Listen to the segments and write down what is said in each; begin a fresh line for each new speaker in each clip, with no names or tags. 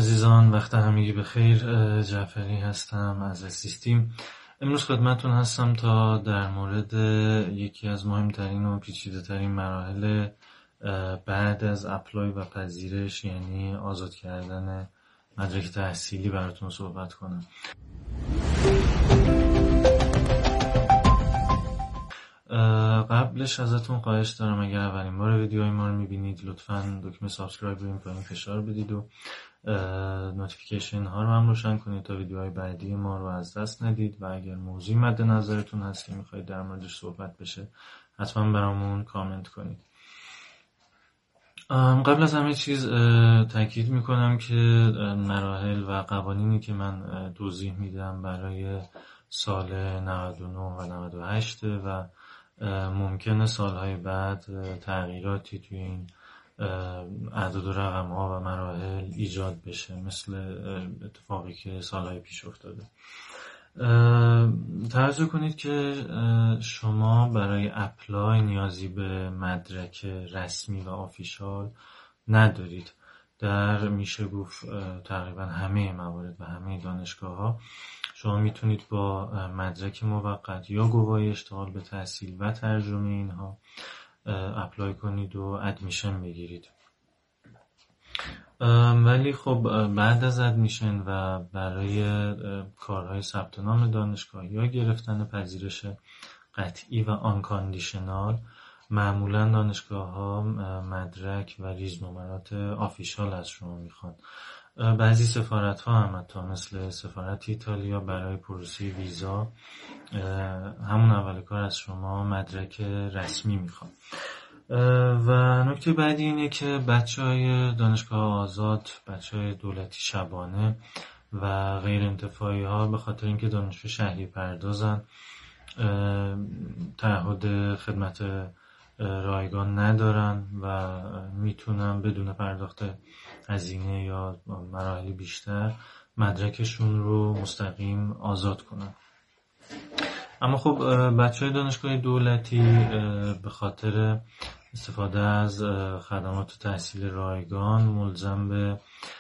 عزیزان، وقت همگی بخیر. جعفری هستم از سیستیم. امروز خدمتتون هستم تا در مورد یکی از مهمترین و پیچیده ترین مراحل بعد از اپلای و پذیرش، یعنی آزاد کردن مدرک تحصیلی براتون صحبت کنم. قبلش ازتون خواهش دارم اگر اولین بار ویدیوهای ما رو میبینید لطفاً دکمه سابسکرایب رو این پایین فشار بدید و نوتیفیکیشن ها رو هم روشن کنید تا ویدیوهای بعدی ما رو از دست ندید. و اگر موضوعی مد نظرتون هست که میخواید در موردش صحبت بشه حتما برامون کامنت کنید. قبل از همه چیز تاکید میکنم که مراحل و قوانینی که من توضیح میدم برای سال 99 و 98 و ممکنه سالهای بعد تغییراتی توی این اعداد و رقم ها و مراحل ایجاد بشه، مثل اتفاقی که سالهای پیش افتاده. توجه کنید که شما برای اپلای نیازی به مدرک رسمی و آفیشال ندارید. در میشه گفت تقریبا همه موارد و همه دانشگاه ها شما میتونید با مدرک موقت یا گواهی اشتغال به تحصیل و ترجمه اینها اپلای کنید و ادمیشن بگیرید. ولی خب بعد از ادمیشن و برای کارهای ثبت نام دانشگاه یا گرفتن پذیرش قطعی و آنکاندیشنال، معمولا دانشگاه ها مدرک و ریزنمرات آفیشال از شما میخوان. بعضی سفارت ها هم حتی مثل سفارت ایتالیا برای پروسه ویزا همون اول کار از شما مدرک رسمی میخوان. و نکته بعدی اینه که بچهای دانشگاه آزاد، بچهای دولتی شبانه و غیر انتفاعی ها به خاطر اینکه دانشجو شهری پردازن تعهد خدمت رایگان ندارن و میتونن بدون پرداخت هزینه یا مراحل بیشتر مدرکشون رو مستقیم آزاد کنن. اما خب بچهای دانشگاه دولتی به خاطر استفاده از خدمات تحصیل رایگان ملزم به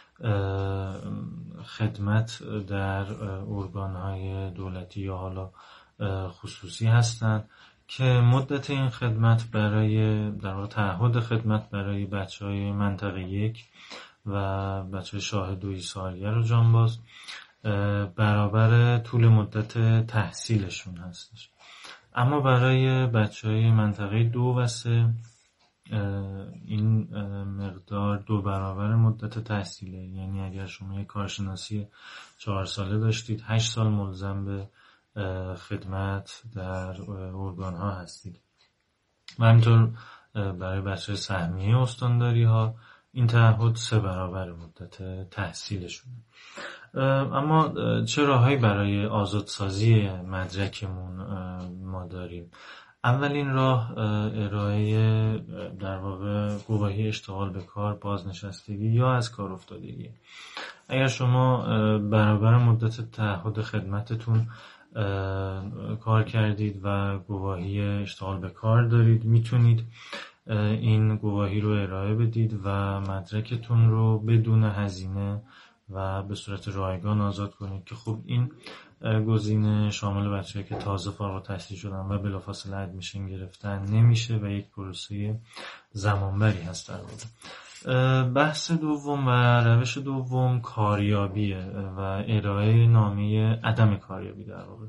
خدمت در ارگان‌های دولتی یا حالا خصوصی هستند که مدت این خدمت برای در واقع تعهد خدمت برای بچهای منطقه 1 و بچهای شاهد و ایثاریه و جانباز برابر طول مدت تحصیلشون هستش. اما برای بچهای منطقه 2 و 3 این مقدار 2 برابر مدت تحصیله. یعنی اگر شما یک کارشناسی 4 ساله داشتید 8 سال ملزم به خدمت در ارگان ها هستید. و همینطور برای بچه سهمیه استانداری ها این تعهد 3 برابر مدت تحصیلشونه. اما چه راههایی برای آزادسازی مدرکمون ما داریم؟ اولین راه ارائه در واقع گواهی اشتغال به کار، بازنشستگی یا از کار افتادگی. اگر شما برابر مدت تعهد خدمتتون کار کردید و گواهی اشتغال به کار دارید، میتونید این گواهی رو ارائه بدید و مدرکتون رو بدون هزینه و به صورت رایگان آزاد کنید که خب این گزینه شامل بچه‌ای که تازه فارغ التحصیل شدن و بلافاصله ادمیشن گرفتن نمیشه و یک پروسه زمانبری هست در واقع. بحث دوم و روش دوم کاریابیه و ارائه نامه عدم کاریابی در واقع.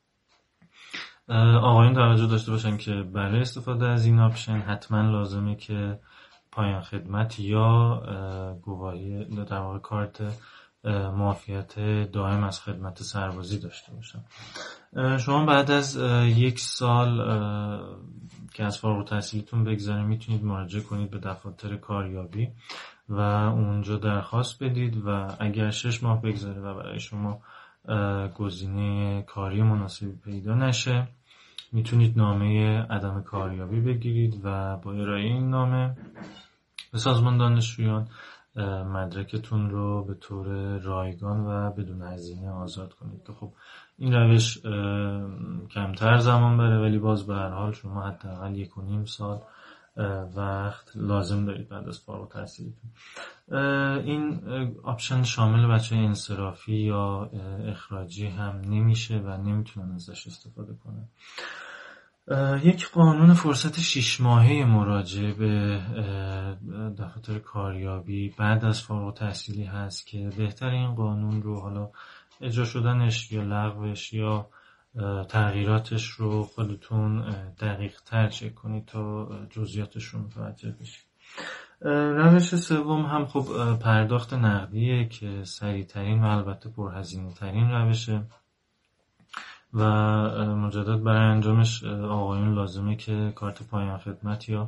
آقایون توجه داشته باشن که برای استفاده از این آپشن حتما لازمه که پایان خدمت یا گواهی در واقع کارت معافیت دائم از خدمت سربازی داشته باشن. شما بعد از 1 سال که از فارغ التحصیلیتون بگذره میتونید مراجعه کنید به دفاتر کاریابی و اونجا درخواست بدید و اگر 6 ماه بگذره و برای شما گزینه کاری مناسبی پیدا نشه میتونید نامه عدم کاریابی بگیرید و با ارائه این نامه به سازمان دانشجویان مدرکتون رو به طور رایگان و بدون هزینه آزاد کنید که خب این روش کمتر زمان بره ولی باز به هر حال شما حداقل 1.5 سال وقت لازم دارید بعد از فارغ التحصیلیتون. این آپشن شامل بچه انصرافی یا اخراجی هم نمیشه و نمیتونن ازش استفاده کنن. یک قانون فرصت 6 ماهه مراجعه به دفاتر کاریابی بعد از فارغ التحصیلی هست که بهتر این قانون رو حالا اجرا شدنش یا لغوش یا تغییراتش رو خودتون دقیق تر چک کنید تا جزئیاتش رو متوجه بشید. روش سوم هم خب پرداخت نقدیه که سریع‌ترین و البته پرهزینه ترین روشه و مجدد برای انجامش آقایون لازمه که کارت پایان خدمت یا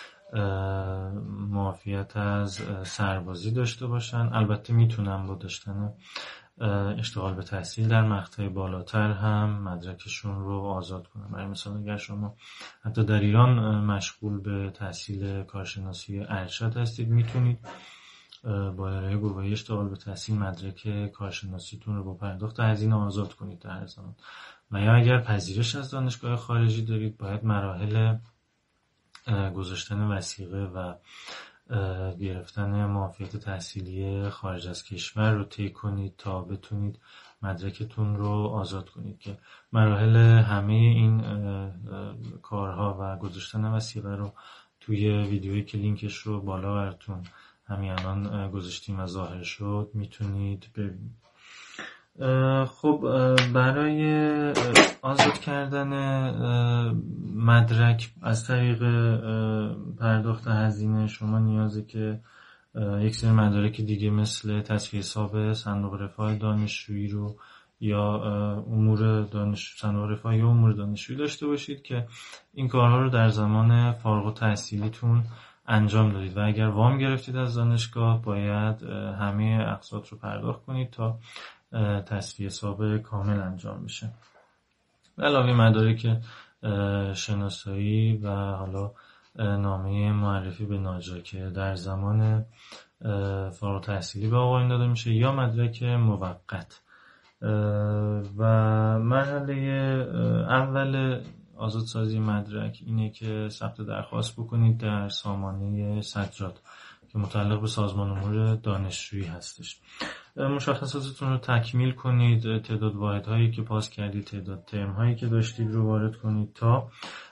معافیت از سربازی داشته باشن. البته میتونن با داشتن اشتغال به تحصیل در مقطع بالاتر هم مدرکشون رو آزاد کنن. برای مثال اگر شما حتی در ایران مشغول به تحصیل کارشناسی ارشد هستید، میتونید با ارائه گواهی اشتغال به تحصیل مدرک کارشناسیتون رو با پرداخت هزینه آزاد کنید در هر زمان. و یا اگر پذیرش از دانشگاه خارجی دارید، باید مراحل گذاشتن وثیقه و گرفتن معافیت تحصیلی خارج از کشور رو طی کنید تا بتونید مدرکتون رو آزاد کنید، که مراحل همه این کارها و گذاشتن وثیقه رو توی ویدیویی که لینکش رو بالا براتون همین الان گذاشتیم و ظاهر شد میتونید ببینید. خب برای آزاد کردن مدرک از طریق پرداخت هزینه شما نیازه که یک سری مدارک دیگه مثل تصفیه حساب صندوق رفاه دانشجویی رو یا صندوق رفاه یا امور دانشجویی داشته باشید که این کارها رو در زمان فارغ التحصیلیتون انجام دادید و اگر وام گرفتید از دانشگاه باید همه اقساط رو پرداخت کنید تا تصفیه حساب کامل انجام بشه. علاوه مدارک شناسایی و حالا نامه معرفی به ناجا که در زمان فارغ التحصیلی به آقایون داده میشه یا مدرک موقت. و مرحله اول آزادسازی مدرک اینه که ثبت درخواست بکنید در سامانه سجاد که متعلق به سازمان امور دانشجویی هستش. مشخصاتتون رو تکمیل کنید، تعداد واحدهایی که پاس کردید، تعداد ترم‌هایی که داشتید رو وارد کنید تا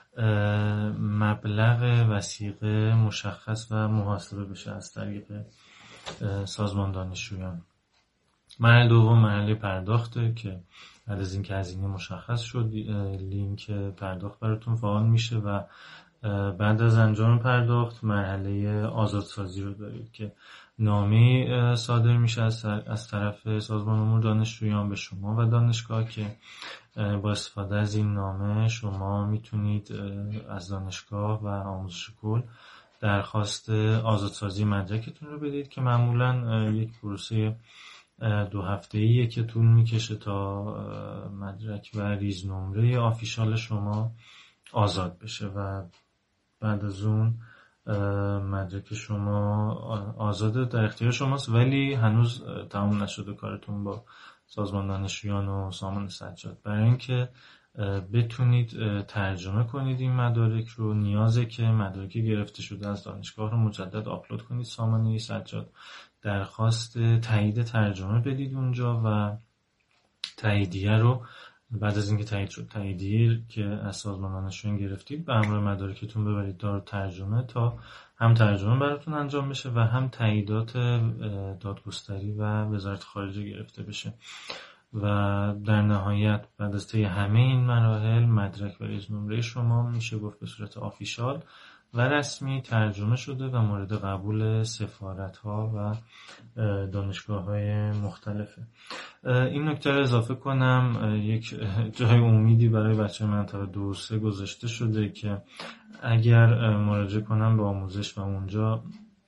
مبلغ وثیقه مشخص و محاسبه بشه از طریق سازمان دانشجویان. مرحله دوم مرحله پرداخته که بعد از اینکه هزینه مشخص شد لینک پرداخت براتون فعال میشه و بعد از انجام پرداخت مرحله آزادسازی رو دارید که نامه صادر میشه از طرف سازمان امور دانشجویان به شما و دانشگاه که با استفاده از این نامه شما میتونید از دانشگاه و آموزش کل درخواست آزادسازی مدرکتون رو بدید که معمولا یک پروسه 2 هفته‌ایه که طول میکشه تا مدرک و ریزنمره آفیشال شما آزاد بشه و بعد از اون مدرک شما آزاده در اختیار شماست، ولی هنوز تمام نشده کارتون با سازمان دانشجویان و سامان سجاد. برای اینکه بتونید ترجمه کنید این مدارک رو نیازه که مدارک گرفته شده از دانشگاه رو مجدد آپلود کنید سامانه سجاد، درخواست تایید ترجمه بدید اونجا و تاییدیه رو بعد از اینکه تایید شد تاییدیه که از سازمان دانشجویان گرفتید به همراه مدارکتون ببرید دار ترجمه تا هم ترجمه براتون انجام بشه و هم تاییدات دادگستری و وزارت خارجه گرفته بشه و در نهایت بعد از طی همه این مراحل مدرک و ریزنمره شما میشه گفت به صورت آفیشال و رسمی ترجمه شده و مورد قبول سفارت‌ها و دانشگاه‌های مختلفه. این نکته رو اضافه کنم، یک جای امیدی برای بچه منطقه 2 و 3 گذاشته شده که اگر مراجعه کنم به آموزش و اونجا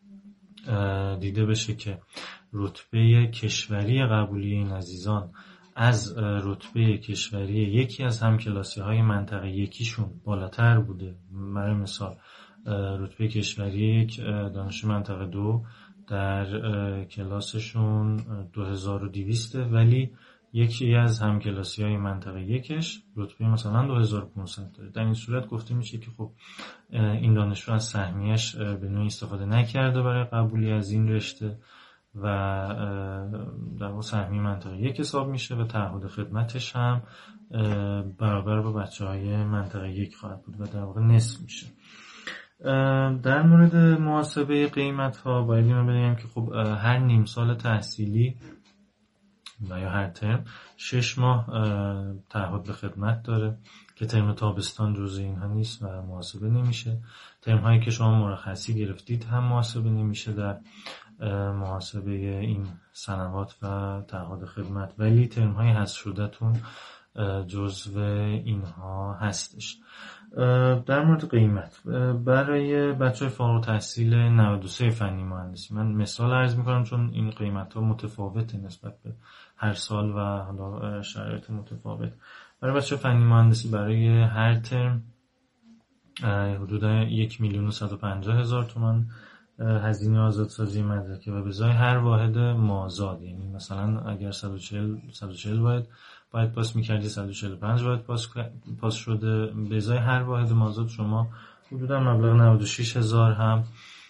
دیده بشه که رتبه کشوری قبولی این عزیزان از رتبه کشوری یکی از همکلاسی‌های منطقه یکیشون بالاتر بوده، برای مثال رتبه کشوری یک دانشجو منطقه 2 در کلاسشون 2200 ولی یکی از همکلاسی‌های منطقه یکش رتبه مثلا 2500 داره. در این صورت گفته میشه که خب این دانشجو از سهمیه‌اش به نوعی استفاده نکرده برای قبولی از این رشته و در واقع سهمیه منطقه یک حساب میشه و تعهد خدمتش هم برابر با بچه‌های منطقه یک خواهد بود و در واقع نصف میشه. در مورد محاسبه قیمت‌ها باید اینو بگم که خب هر نیم سال تحصیلی و یا هر ترم 6 ماه تعهد به خدمت داره که ترم تابستان جزء اینها نیست و محاسبه نمیشه. ترم هایی که شما مرخصی گرفتید هم محاسبه نمیشه در محاسبه این سنوات و تعهد خدمت، ولی ترم های حذف شده‌تون جزء اینها هستش. در مورد قیمت برای بچه‌های فارغ التحصیل 93 فنی مهندسی من مثال عرض می‌کنم چون این قیمت‌ها متفاوته نسبت به هر سال و حالا شرایط متفاوت. برای بچه‌های فنی مهندسی برای هر ترم حدود 1,150,000 تومان هزینه آزادسازی مدرکه و به ازای هر واحد مازاد، یعنی مثلا اگر 140 باید پاس میکردی 145 باید پاس شده، به ازای هر واحد مازاد شما حدودا مبلغ 96,000 هم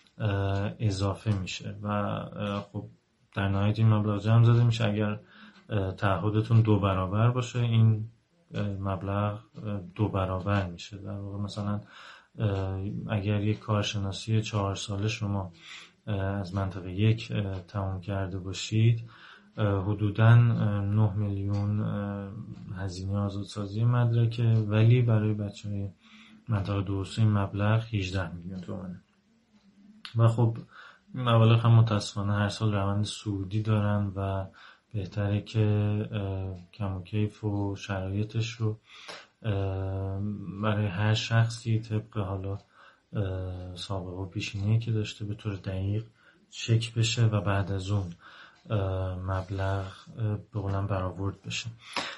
اضافه میشه و خب در نهایت این مبلغ جمع زده میشه. اگر تعهدتون 2 برابر باشه این مبلغ 2 برابر میشه. در واقع مثلا اگر یک کارشناسی 4 ساله شما از منطقه 1 تمام کرده باشید حدوداً 9 میلیون هزینه آزادسازی مدرکه، ولی برای بچه‌های منطقه 2 و 3 این مبلغ 18 میلیون تومانه و خب این مبالغ هم متاسفانه هر سال روند صعودی دارن و بهتره که کم و کیف و شرایطش رو برای هر شخصی طبق حالا سابقه و پیشینه‌ای که داشته به طور دقیق چک بشه و بعد از اون مبلغ به قولم برآورد بشه.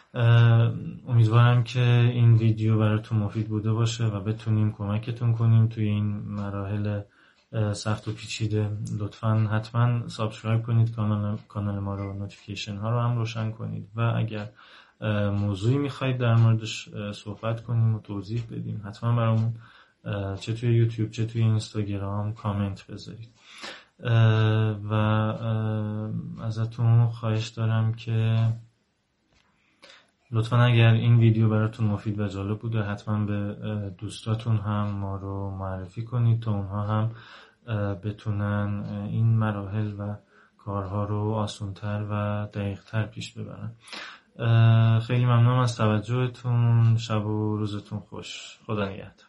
امیدوارم که این ویدیو براتون مفید بوده باشه و بتونیم کمکتون کنیم توی این مراحل سخت و پیچیده. لطفاً حتما سابسکرایب کنید کانال ما رو، نوتیفیکیشن ها رو هم روشن کنید و اگر موضوعی میخواید در موردش صحبت کنیم و توضیح بدیم حتما برامون چه توی یوتیوب چه توی اینستاگرام کامنت بذارید و ازتون خواهش دارم که لطفاً اگر این ویدیو براتون مفید و جالب بوده حتما به دوستاتون هم ما رو معرفی کنید تا اونها هم بتونن این مراحل و کارها رو آسان‌تر و دقیق‌تر پیش ببرن. خیلی ممنونم از توجهتون. شب و روزتون خوش. خدا نگهدار.